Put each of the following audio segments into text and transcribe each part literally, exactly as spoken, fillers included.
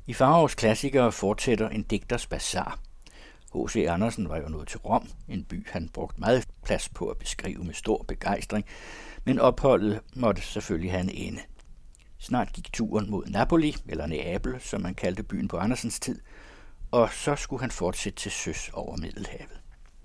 I Farovs klassikere fortsætter en digters bazar. H C Andersen var jo nået til Rom, en by han brugte meget plads på at beskrive med stor begejstring, men opholdet måtte selvfølgelig have en ende. Snart gik turen mod Napoli, eller Neapel, som man kaldte byen på Andersens tid, og så skulle han fortsætte til søs over Middelhavet.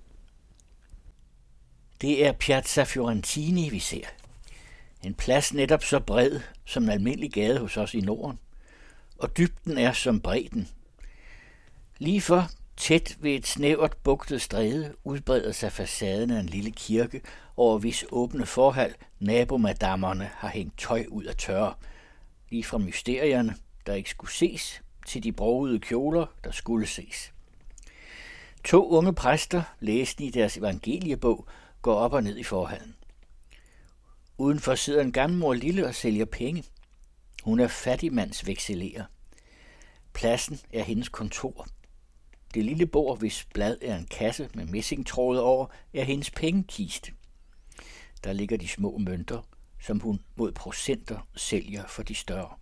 Det er Piazza Fiorentini, vi ser. En plads netop så bred som en almindelig gade hos os i Norden, og dybden er som bredden. Lige for tæt ved et snævert bugtet stræde udbreder sig facaden af en lille kirke, over hvis åbne forhold nabomadammerne har hængt tøj ud af tørre, lige fra mysterierne, der ikke skulle ses, til de brogede kjoler, der skulle ses. To unge præster, læsende i deres evangeliebog, går op og ned i forhallen. Udenfor sidder en gammel mor lille og sælger penge. Hun er fattigmands vekselerer. Pladsen er hendes kontor. Det lille bord, hvis blad er en kasse med messingtråde over, er hendes pengekiste. Der ligger de små mønter, som hun mod procenter sælger for de større.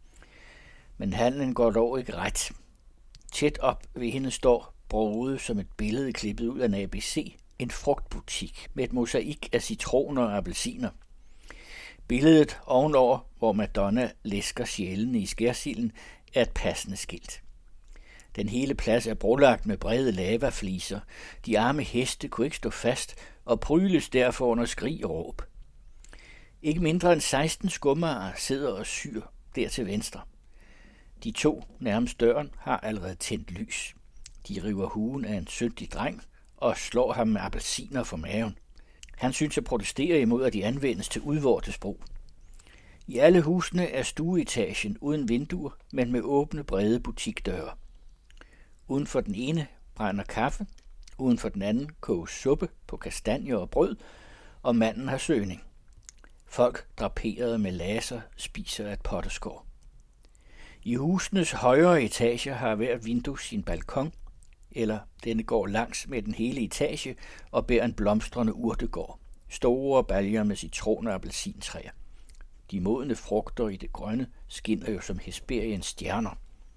Men handlen går dog ikke ret. Tæt op ved hende står, broget som et billede klippet ud af en A B C, en frugtbutik med et mosaik af citroner og appelsiner. Billedet ovenover, hvor Madonna læsker sjælene i skærsilden, er et passende skilt. Den hele plads er brolagt med brede lavafliser. De arme heste kunne ikke stå fast og pryles derfor under skrig og råb. Ikke mindre end seksten skummager sidder og syr der til venstre. De to nærmest døren har allerede tændt lys. De river huen af en syndig dreng og slår ham med appelsiner for maven. Han synes at protestere imod, at de anvendes til udvortes brug. I alle husene er stueetagen uden vinduer, men med åbne brede butikdøre. Uden for den ene brænder kaffe, uden for den anden koges suppe på kastanjer og brød, og manden har søgning. Folk draperet med laser spiser et potteskår. I husenes højere etager har hvert vindue sin balkon, eller denne går langs med den hele etage og bærer en blomstrende urtegård. Store baljer med citroner og appelsintræer. De modne frugter i det grønne skinner jo som Hesperiens stjerner.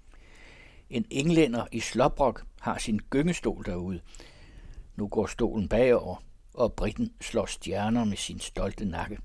En englænder i slåbrok har sin gyngestol derude. Nu går stolen bagover, og britten slår stjerner med sin stolte nakke.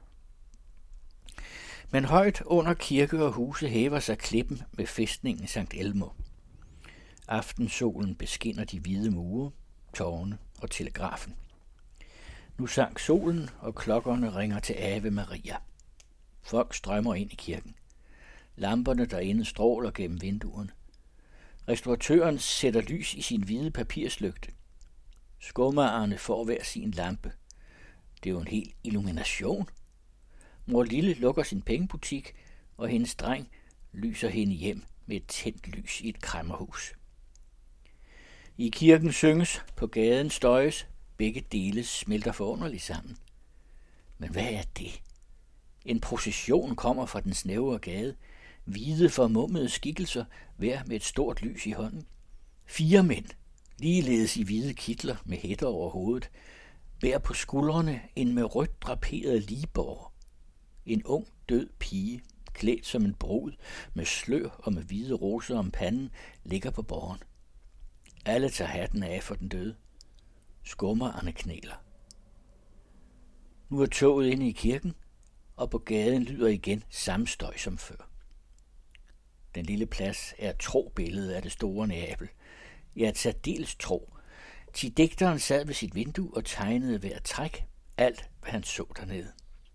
Men højt under kirke og huse hæver sig klippen med fæstningen Sankt Elmo. Aftensolen beskinner de hvide mure, tårne og telegrafen. Nu sank solen, og klokkerne ringer til Ave Maria. Folk strømmer ind i kirken. Lamperne derinde stråler gennem vinduerne. Restauratøren sætter lys i sin hvide papirslygte. Skumagerne får hver sin lampe. Det er jo en hel illumination. Mor Lille lukker sin pengebutik, og hendes dreng lyser hende hjem med et tændt lys i et kræmmerhus. I kirken synges, på gaden støjes, begge dele smelter forunderligt sammen. Men hvad er det? En procession kommer fra den snævre gade, hvide formummede skikkelser, hver med et stort lys i hånden. Fire mænd, ligeledes i hvide kitler med hætter over hovedet, bærer på skuldrene en med rødt draperet ligeborger. En ung, død pige, klædt som en brud, med slør og med hvide roser om panden, ligger på borgen. Alle tager hatten af for den døde. Skumagerne knæler. Nu er toget inde i kirken, og på gaden lyder igen samme støj som før. Den lille plads er et tro billede af det store Neapel. Ja, et særdeles tro. Til digteren sad ved sit vindue og tegnede hver træk alt, hvad han så dernede.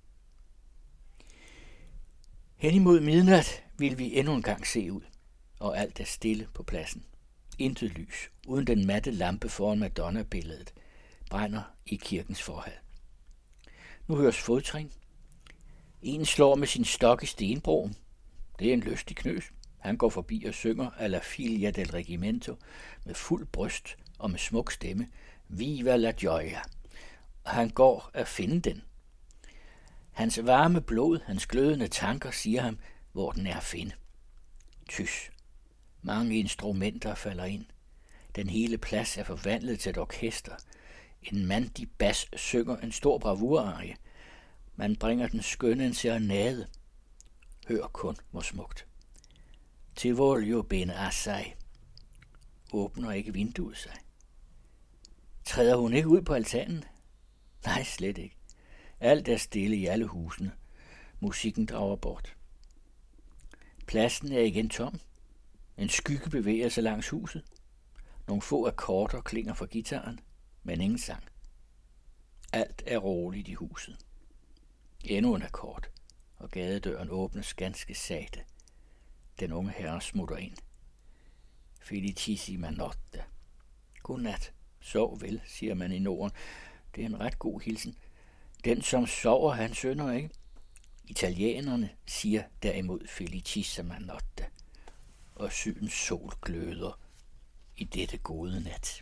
Hen imod midnat vil vi endnu en gang se ud, og alt er stille på pladsen. Intet lys, uden den matte lampe foran Madonna-billedet, brænder i kirkens forhal. Nu høres fodtrin. En slår med sin stok i stenbroen. Det er en lystig knøs. Han går forbi og synger alla figlia del regimento med fuld bryst og med smuk stemme. Viva la gioia. Og han går at finde den. Hans varme blod, hans glødende tanker siger ham, hvor den er at finde. Tys. Mange instrumenter falder ind. Den hele plads er forvandlet til et orkester. En mandig bas synger en stor bravurarie. Man bringer den skønne en serenade. Hør kun, hvor smukt. Til voljo bene assai. Åbner ikke vinduet sig? Træder hun ikke ud på altanen? Nej, slet ikke. Alt er stille i alle husene. Musikken drager bort. Pladsen er igen tom. En skygge bevæger sig langs huset. Nogle få akkorder klinger fra gitaren, men ingen sang. Alt er roligt i huset. Endnu en akkord, og gadedøren åbnes ganske sagte. Den unge herre smutter ind. Felicissima notte. Godnat. Sov vel, siger man i Norden. Det er en ret god hilsen. Den, som sover, han synder ikke. Italienerne siger derimod felicissima notte, og sydens sol gløder i dette gode nat.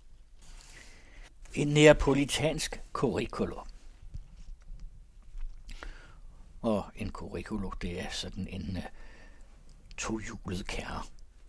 En neapolitansk curriculo. Og en curriculo, det er sådan en uh, tohjulet kærre.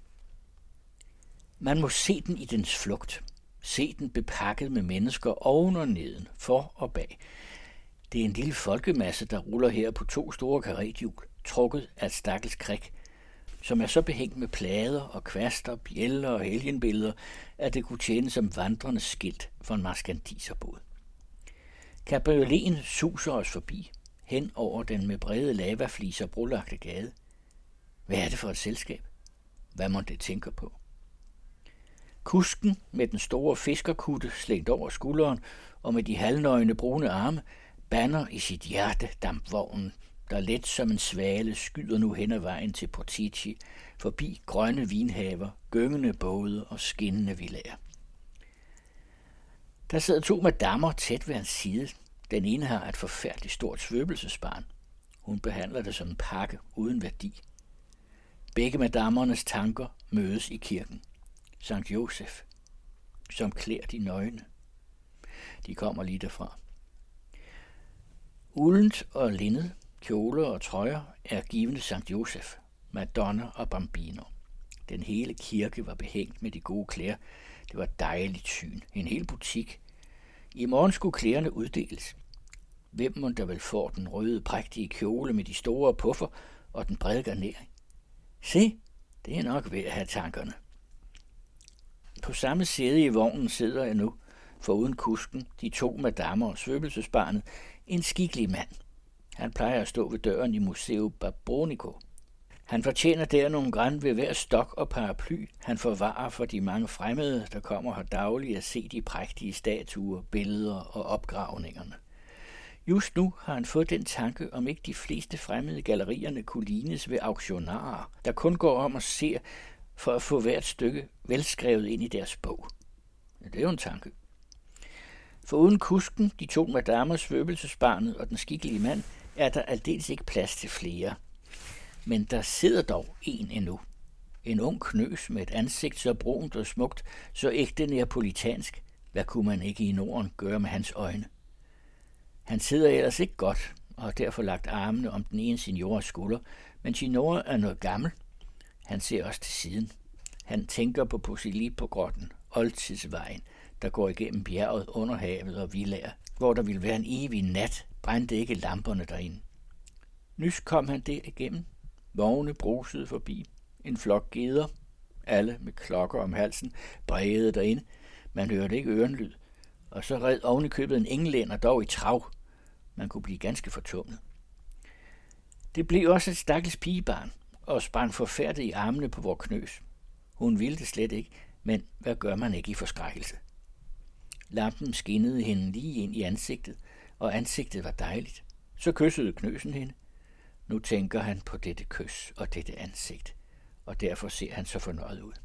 Man må se den i dens flugt. Se den bepakket med mennesker oven og neden, for og bag. Det er en lille folkemasse, der ruller her på to store karethjul, trukket af et stakkels krik, som er så behængt med plader og kvaster, bjælder og helgenbilleder, at det kunne tjene som vandrende skilt for en maskandiserbåd. Cabrioleten suser os forbi, hen over den med brede lavafliser brolagte gade. Hvad er det for et selskab? Hvad må det tænker på? Kusken med den store fiskerkutte slængt over skulderen og med de halvnøgne brune arme banner i sit hjerte dampvognen, der let som en svale skyder nu hen ad vejen til Portici, forbi grønne vinhaver, gyngende både og skinnende villaer. Der sidder to madammer tæt ved hans side. Den ene har et forfærdeligt stort svøbelsesbarn. Hun behandler det som en pakke uden værdi. Begge madammernes tanker mødes i kirken. Sankt Josef, som klæder de nøgne. De kommer lige derfra. Uldent og linnet, kjoler og trøjer er givende Sankt Josef, Madonna og Bambino. Den hele kirke var behængt med de gode klæder. Det var dejligt syn. En hel butik. I morgen skulle klæderne uddeles. Hvem må der vel får den røde, prægtige kjole med de store puffer og den brede garnering? Se, det er nok ved at have tankerne. På samme sæde i vognen sidder jeg nu, foruden kusken, de to madammer og svøbelsesbarnet, en skikkelig mand. Han plejer at stå ved døren i Museo Babonico. Han fortjener der nogle græn ved hver stok og paraply, han forvarer for de mange fremmede, der kommer her dagligt at se de prægtige statuer, billeder og opgravningerne. Just nu har han fået den tanke, om ikke de fleste fremmede gallerierne kunne lignes ved auktionarer, der kun går om og ser for at få hvert stykke velskrevet ind i deres bog. Ja, det er jo en tanke. For uden kusken, de to madammer, svøbelsesbarnet og den skikkelige mand, er der aldeles ikke plads til flere. Men der sidder dog en endnu. En ung knøs med et ansigt så brunt og smukt, så ægte neapolitansk. Hvad kunne man ikke i Norden gøre med hans øjne? Han sidder ellers ikke godt, og har derfor lagt armene om den ene signors skulder, men signor er noget gammel. Han ser også til siden. Han tænker på Posillipo-grotten, oldtidsvejen, der går igennem bjerget under havet og villager, hvor der ville være en evig nat, brændte ikke lamperne derinde. Nys kom han der igennem. Vogne brusede forbi. En flok geder, alle med klokker om halsen, bredede derinde. Man hørte ikke ørenlyd. Og så red oven i købet en englænder dog i trav. Man kunne blive ganske fortumlet. Det blev også et stakkels pigebarn, og sprang forfærdet i armene på vor knøs. Hun ville det slet ikke, men hvad gør man ikke i forskrækkelse? Lampen skinnede hende lige ind i ansigtet, og ansigtet var dejligt. Så kyssede knøsen hende. Nu tænker han på dette kys og dette ansigt, og derfor ser han så fornøjet ud.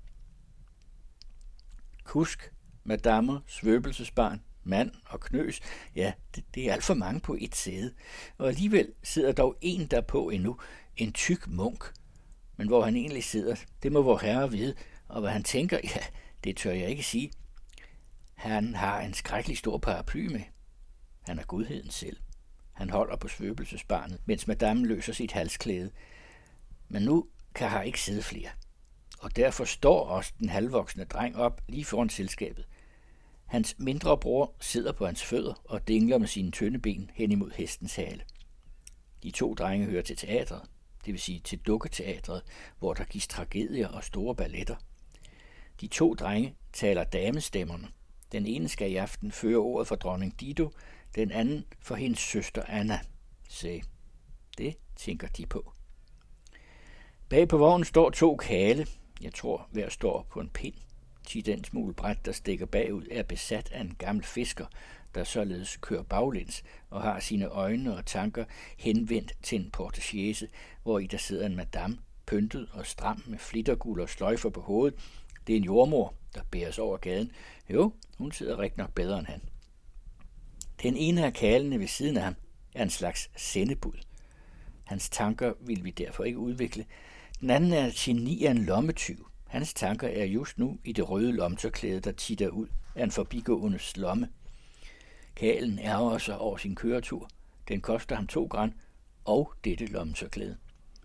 Kusk, madammer, svøbelsesbarn, mand og knøs, ja, det, det er alt for mange på et sæde, og alligevel sidder dog en derpå endnu, en tyk munk. Men hvor han egentlig sidder, det må vor herre vide, og hvad han tænker, ja, det tør jeg ikke sige. Han har en skrækkelig stor paraply med. Han er godheden selv. Han holder på svøbelsesbarnet, mens madammen løser sit halsklæde. Men nu kan her ikke sidde flere. Og derfor står også den halvvoksne dreng op lige foran selskabet. Hans mindre bror sidder på hans fødder og dingler med sine tynde ben hen imod hestens hale. De to drenge hører til teatret. det vil sige til dukketeatret, hvor der gives tragedier og store balletter. De to drenge taler damestemmerne. Den ene skal i aften føre ordet for dronning Dido, den anden for hendes søster Anna. Se, det tænker de på. Bag på vognen står to kale. Jeg tror, hver står på en pind. Ti den smule bræt, der stikker bagud, er besat af en gammel fisker, der således kører baglæns og har sine øjne og tanker henvendt til en portesiese, hvor i der sidder en madame, pyntet og stram med flitterguld og sløjfer på hovedet. Det er en jordmor, der bæres over gaden. Jo, hun sidder rigtig nok bedre end han. Den ene af kalene ved siden af ham er en slags sendebud. Hans tanker vil vi derfor ikke udvikle. Den anden er et geni af en lommetyv. Hans tanker er just nu i det røde lommetørklæde, der titter ud af en forbigående lomme. Kalen ærger sig over sin køretur. Den koster ham to gran og dette lommetørklæde.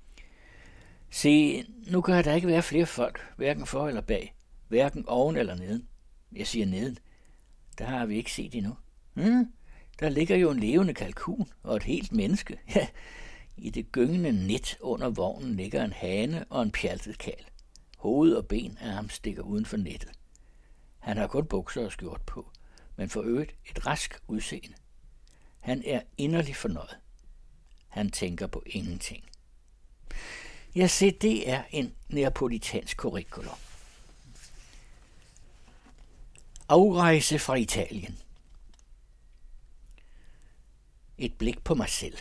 Se, nu kan der ikke være flere folk, hverken for eller bag, hverken oven eller neden. Jeg siger neden. Der har vi ikke set endnu. Hmm, der ligger jo en levende kalkun og et helt menneske. Ja, i det gyngende net under vognen ligger en hane og en pjaltet kal. Hoved og ben af ham stikker uden for nettet. Han har kun bukser og skjort på, men for øvrigt et rask udseende. Han er inderligt fornøjet. Han tænker på ingenting. Ja, se, det er en neapolitansk curriculum. Afrejse fra Italien. Et blik på mig selv.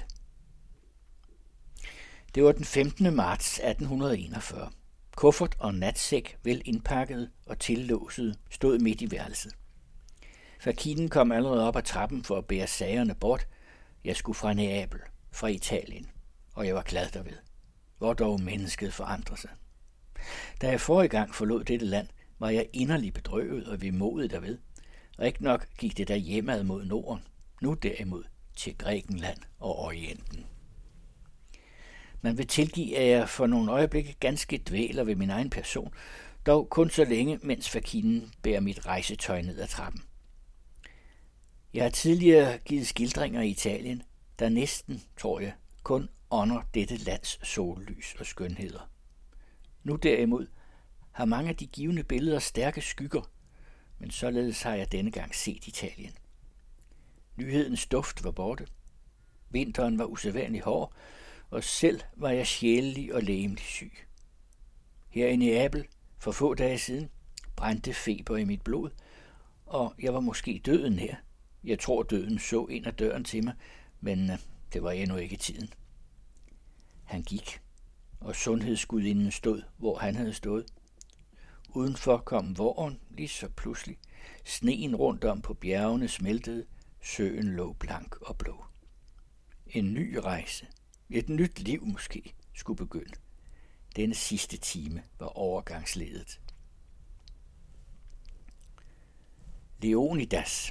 Det var den femtende marts atten enogfyrre. Kuffert og natsæk, vel indpakket og tillåset, stod midt i værelset. Fakinen kom allerede op ad trappen for at bære sagerne bort. Jeg skulle fra Neapel, fra Italien, og jeg var glad derved. Hvor dog mennesket forandrer sig. Da jeg forrige gang forlod dette land, var jeg inderligt bedrøvet og vemodig derved. Og ikke nok gik det der hjemad mod Norden, nu derimod til Grækenland og Orienten. Man vil tilgive, at jeg for nogle øjeblikke ganske dvæler ved min egen person, dog kun så længe, mens fakinen bærer mit rejsetøj ned ad trappen. Jeg har tidligere givet skildringer i Italien, der næsten, tror jeg, kun ånder dette lands sollys og skønheder. Nu derimod har mange af de givne billeder stærke skygger, men således har jeg denne gang set Italien. Nyhedens duft var borte. Vinteren var usædvanlig hård, og selv var jeg sjælelig og legemlig syg. Her i Neapel, for få dage siden, brændte feber i mit blod, og jeg var måske døden her. Jeg tror, døden så ind ad døren til mig, men det var endnu ikke tiden. Han gik, og sundhedsgudinden stod, hvor han havde stået. Udenfor kom våren lige så pludselig. Sneen rundt om på bjergene smeltede, søen lå blank og blå. En ny rejse, et nyt liv måske, skulle begynde. Denne sidste time var overgangsledet. Leonidas.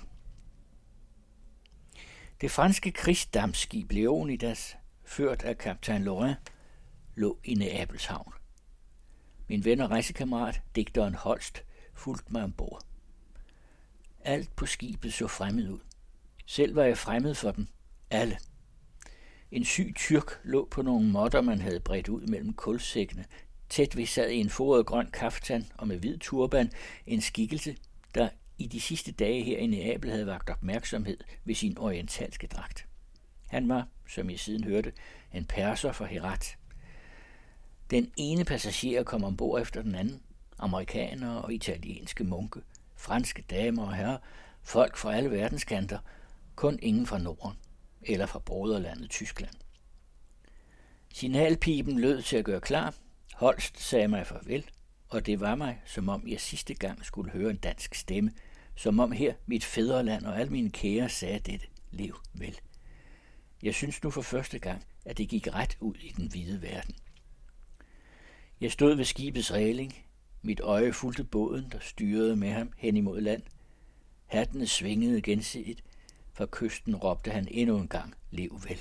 Det franske krigsdampskib Leonidas, ført af kaptajn Laurent, lå i Neapels havn. Min ven og rejsekammerat, digteren Holst, fulgte mig ombord. Alt på skibet så fremmed ud. Selv var jeg fremmed for dem. Alle. En syg tyrk lå på nogle måtter, man havde bredt ud mellem kulsækkene. Tæt ved sad i en foret grøn kaftan og med hvid turban en skikkelse, der i de sidste dage her i Neapel havde vakt opmærksomhed ved sin orientalske dragt. Han var, som jeg siden hørte, en perser fra Herat. Den ene passager kom ombord efter den anden. Amerikanere og italienske munke, franske damer og herrer, folk fra alle verdenskanter, kun ingen fra Norden eller fra broderlandet Tyskland. Signalpiben lød til at gøre klar. Holst sagde mig farvel, og det var mig, som om jeg sidste gang skulle høre en dansk stemme, som om her mit fædreland og alle mine kære sagde dette: lev vel. Jeg synes nu for første gang, at det gik ret ud i den hvide verden. Jeg stod ved skibets ræling. Mit øje fulgte båden, der styrede med ham hen imod land. Hattene svingede gensidigt. Fra kysten råbte han endnu en gang: lev vel.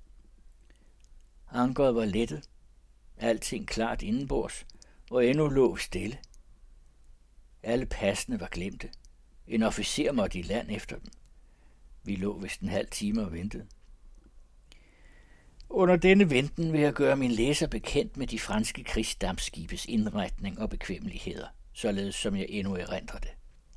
Ankeret var lettet. Alting klart indenbords, og endnu lå stille. Alle passene var glemte. En officer måtte i land efter dem. Vi lå vist en halv time og ventede. Under denne venten vil jeg gøre min læser bekendt med de franske krigsdampskibes indretning og bekvemmeligheder, således som jeg endnu erindrer det.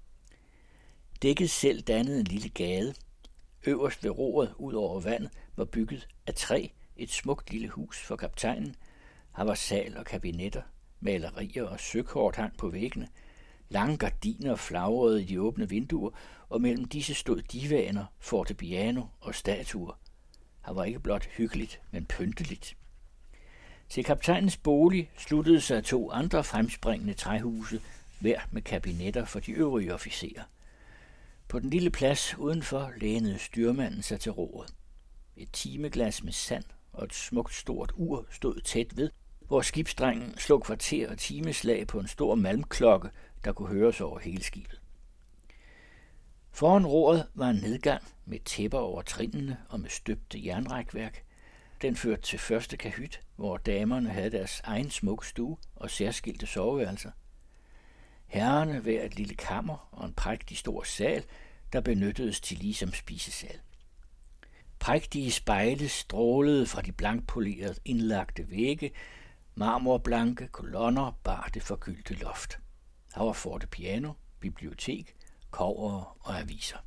Dækket selv dannede en lille gade. Øverst ved roret ud over vandet var bygget af træ et smukt lille hus for kaptajnen. Her var sal og kabinetter, malerier og søkort hang på væggene. Lange gardiner flagrede i de åbne vinduer, og mellem disse stod divaner, fortepiano og statuer. Her var ikke blot hyggeligt, men pynteligt. Til kaptajnens bolig sluttede sig to andre fremspringende træhuse, hver med kabinetter for de øvrige officerer. På den lille plads udenfor lænede styrmanden sig til roret. Et timeglas med sand og et smukt stort ur stod tæt ved, hvor skibsdrengen slog kvarter og timeslag på en stor malmklokke, der kunne høres over hele skibet. Foran roret var en nedgang med tæpper over trinene og med støbte jernrækværk. Den førte til første kahyt, hvor damerne havde deres egen smuk stue og særskilte soveværelser. Herrerne hver et lille kammer og en prægtig stor sal, der benyttedes til ligesom spisesal. Prægtige spejle strålede fra de blankpolerede indlagte vægge, marmorblanke kolonner bar det forgyldte loft. Her var fortepiano, bibliotek, kobber og aviser.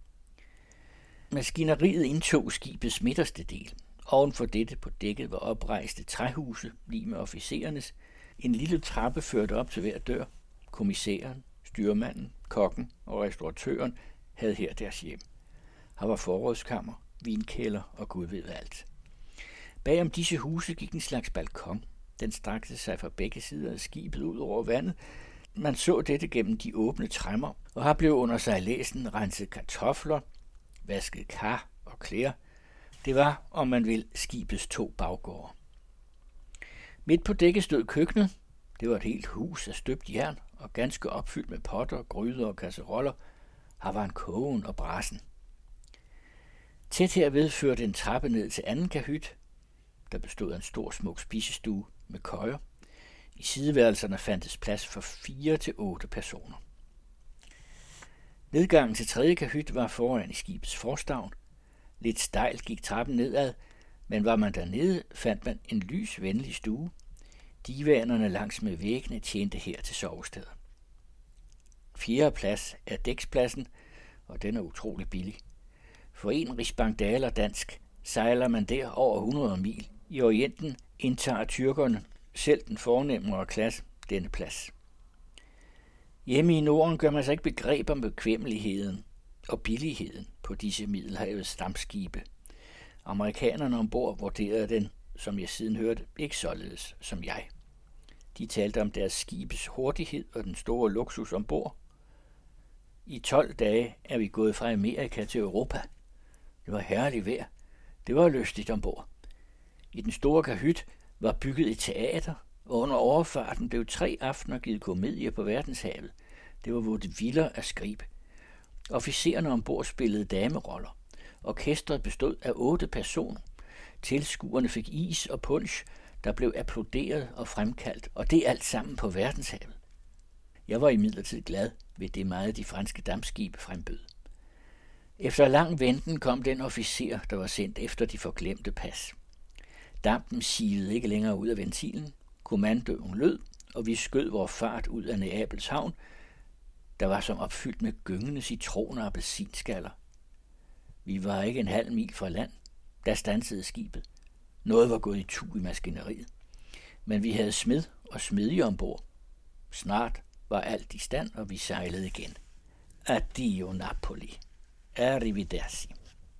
Maskineriet indtog skibets midterste del. Oven for dette på dækket var oprejste træhuse, lige med officerernes. En lille trappe førte op til hver dør. Kommissæren, styrmanden, kokken og restauratøren havde her deres hjem. Her var forrådskammer, vinkælder og gud ved alt. Bagom disse huse gik en slags balkon. Den strakte sig fra begge sider af skibet ud over vandet. Man så dette gennem de åbne tremmer, og her blev under sejladsen renset kartofler, vasket kar og klæder. Det var, om man vil, skibets to baggårde. Midt på dækket stod køkkenet. Det var et helt hus af støbt jern og ganske opfyldt med potter, gryder og kasseroller. Her var en kogen og brassen. Tæt herved førte en trappe ned til anden kahyt, der bestod af en stor smuk spisestue med køjer. I sideværelserne fandtes plads for fire til otte personer. Nedgangen til tredje kahyt var foran i skibets forstavn. Lidt stejlt gik trappen nedad, men var man dernede, fandt man en lys, venlig stue. Divanerne langs med væggene tjente her til sovesteder. Fjerde plads er dækspladsen, og den er utrolig billig. For en rigsbankdaler dansk sejler man der over hundrede mil. I Orienten indtager tyrkerne, selv den fornemmere klasse, denne plads. Hjemme i Norden gør man sig ikke begreb om bekvemmeligheden og billigheden på disse middelhavets dampskibe. Amerikanerne ombord vurderede den, som jeg siden hørte, ikke således som jeg. De talte om deres skibes hurtighed og den store luksus ombord. I tolv dage er vi gået fra Amerika til Europa. Det var herligt vejr. Det var lystigt ombord. I den store kahyt var bygget et teater, og under overfarten blev tre aftener givet komedie på verdenshavet. Det var vaudevilles af skrib. Officererne ombord spillede dameroller. Orkestret bestod af otte personer. Tilskuerne fik is og punch, der blev applauderet og fremkaldt, og det alt sammen på verdenshavet. Jeg var imidlertid glad ved det meget de franske dampskibe frembød. Efter lang venten kom den officer, der var sendt efter de forglemte pas. Dampen sivede ikke længere ud af ventilen, kommandoen lød, og vi skød vores fart ud af Neapels havn, der var som opfyldt med gyngende citroner og appelsinskaller. Vi var ikke en halv mil fra land, da standsede skibet. Noget var gået i tu i maskineriet, men vi havde smed og smedje ombord. Snart var alt i stand, og vi sejlede igen. Addio Napoli. Arrivederci.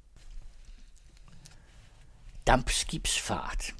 Dampskibsfart.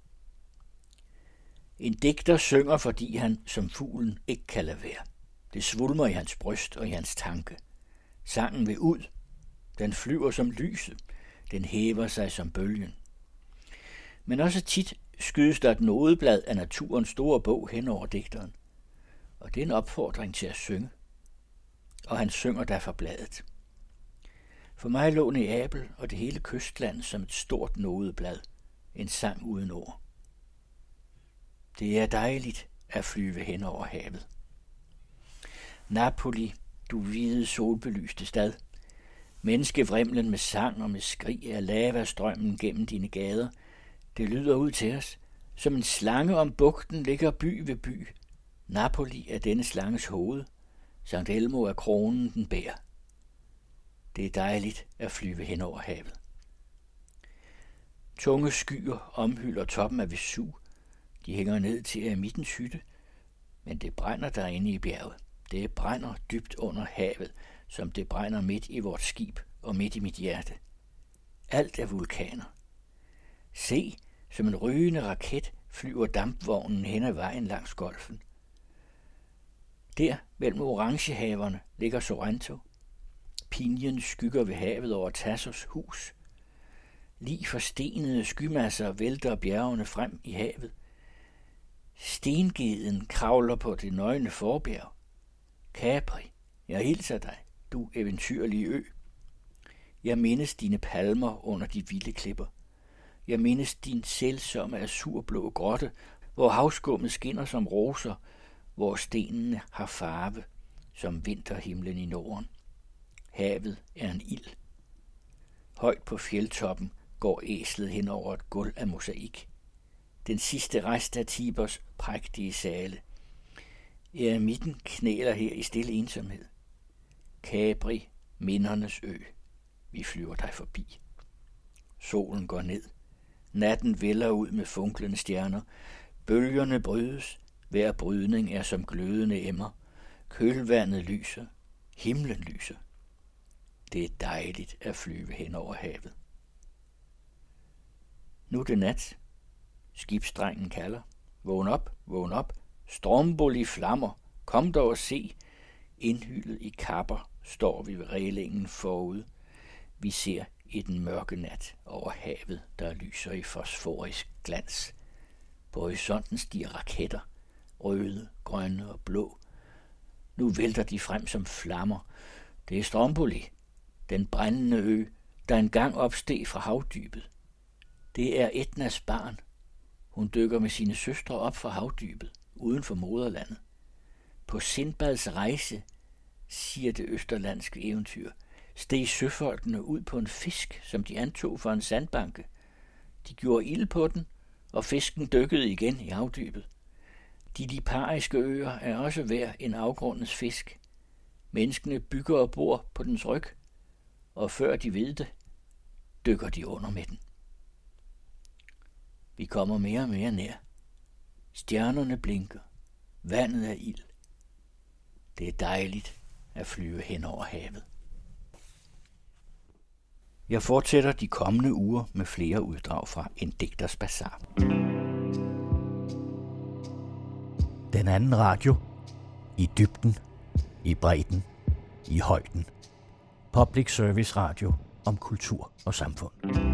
En digter synger, fordi han som fuglen ikke kan lade være. Det svulmer i hans bryst og i hans tanke. Sangen vil ud. Den flyver som lyset. Den hæver sig som bølgen. Men også tit skydes der et nodeblad af naturens store bog hen over digteren. Og det er en opfordring til at synge. Og han synger derfor bladet. For mig lå Neapel og det hele kystland som et stort nodeblad. En sang uden ord. Det er dejligt at flyve hen over havet. Napoli, du hvide solbelyste stad. Menneskevrimlen med sang og med skrig af lavastrømmen gennem dine gader. Det lyder ud til os, som en slange om bugten ligger by ved by. Napoli er denne slanges hoved. Sankt Elmo er kronen, den bærer. Det er dejligt at flyve hen over havet. Tunge skyer omhylder toppen af Vesuv. De hænger ned til Eremittens hytte, men det brænder derinde i bjerget. Det brænder dybt under havet, som det brænder midt i vort skib og midt i mit hjerte. Alt er vulkaner. Se, som en rygende raket flyver dampvognen hen ad vejen langs golfen. Der mellem orangehaverne ligger Sorrento. Pinjen skygger ved havet over Tassos hus. Lig forstenede skymasser vælter bjergene frem i havet. Stengeden kravler på det nøgne forbjerg. Capri, jeg hilser dig, du eventyrlige ø. Jeg mindes dine palmer under de vilde klipper. Jeg mindes din selvsomme azurblå grotte, hvor havskummet skinner som roser, hvor stenene har farve som vinterhimlen i Norden. Havet er en ild. Højt på fjeldtoppen går æslet hen over et gulv af mosaik. Den sidste rest af Tibers prægtige sale. Eremitten knæler her i stille ensomhed. Capri, mindernes ø. Vi flyver dig forbi. Solen går ned. Natten vælder ud med funklende stjerner. Bølgerne brydes. Hver brydning er som glødende emmer. Kølvandet lyser. Himlen lyser. Det er dejligt at flyve hen over havet. Nu er det nat. Skibsdrengen kalder. Vågn op, vågn op. Stromboli flammer. Kom dog og se. Indhyllet i kapper står vi ved rælingen forud. Vi ser i den mørke nat over havet, der lyser i fosforisk glans. På horisonten stiger raketter, røde, grønne og blå. Nu vælter de frem som flammer. Det er Stromboli, den brændende ø, der engang opsteg fra havdybet. Det er Etnas barn. Hun dykker med sine søstre op fra havdybet, uden for moderlandet. På Sindbads rejse, siger det østerlandske eventyr, steg søfolkene ud på en fisk, som de antog for en sandbanke. De gjorde ild på den, og fisken dykkede igen i havdybet. De lipariske øer er også hver en afgrundens fisk. Menneskene bygger og bor på dens ryg, og før de ved det, dykker de under med den. Vi kommer mere og mere nær. Stjernerne blinker. Vandet er ild. Det er dejligt at flyve hen over havet. Jeg fortsætter de kommende uger med flere uddrag fra En Digters Bazar. Den anden radio. I dybden, i bredden, i højden. Public Service Radio om kultur og samfund.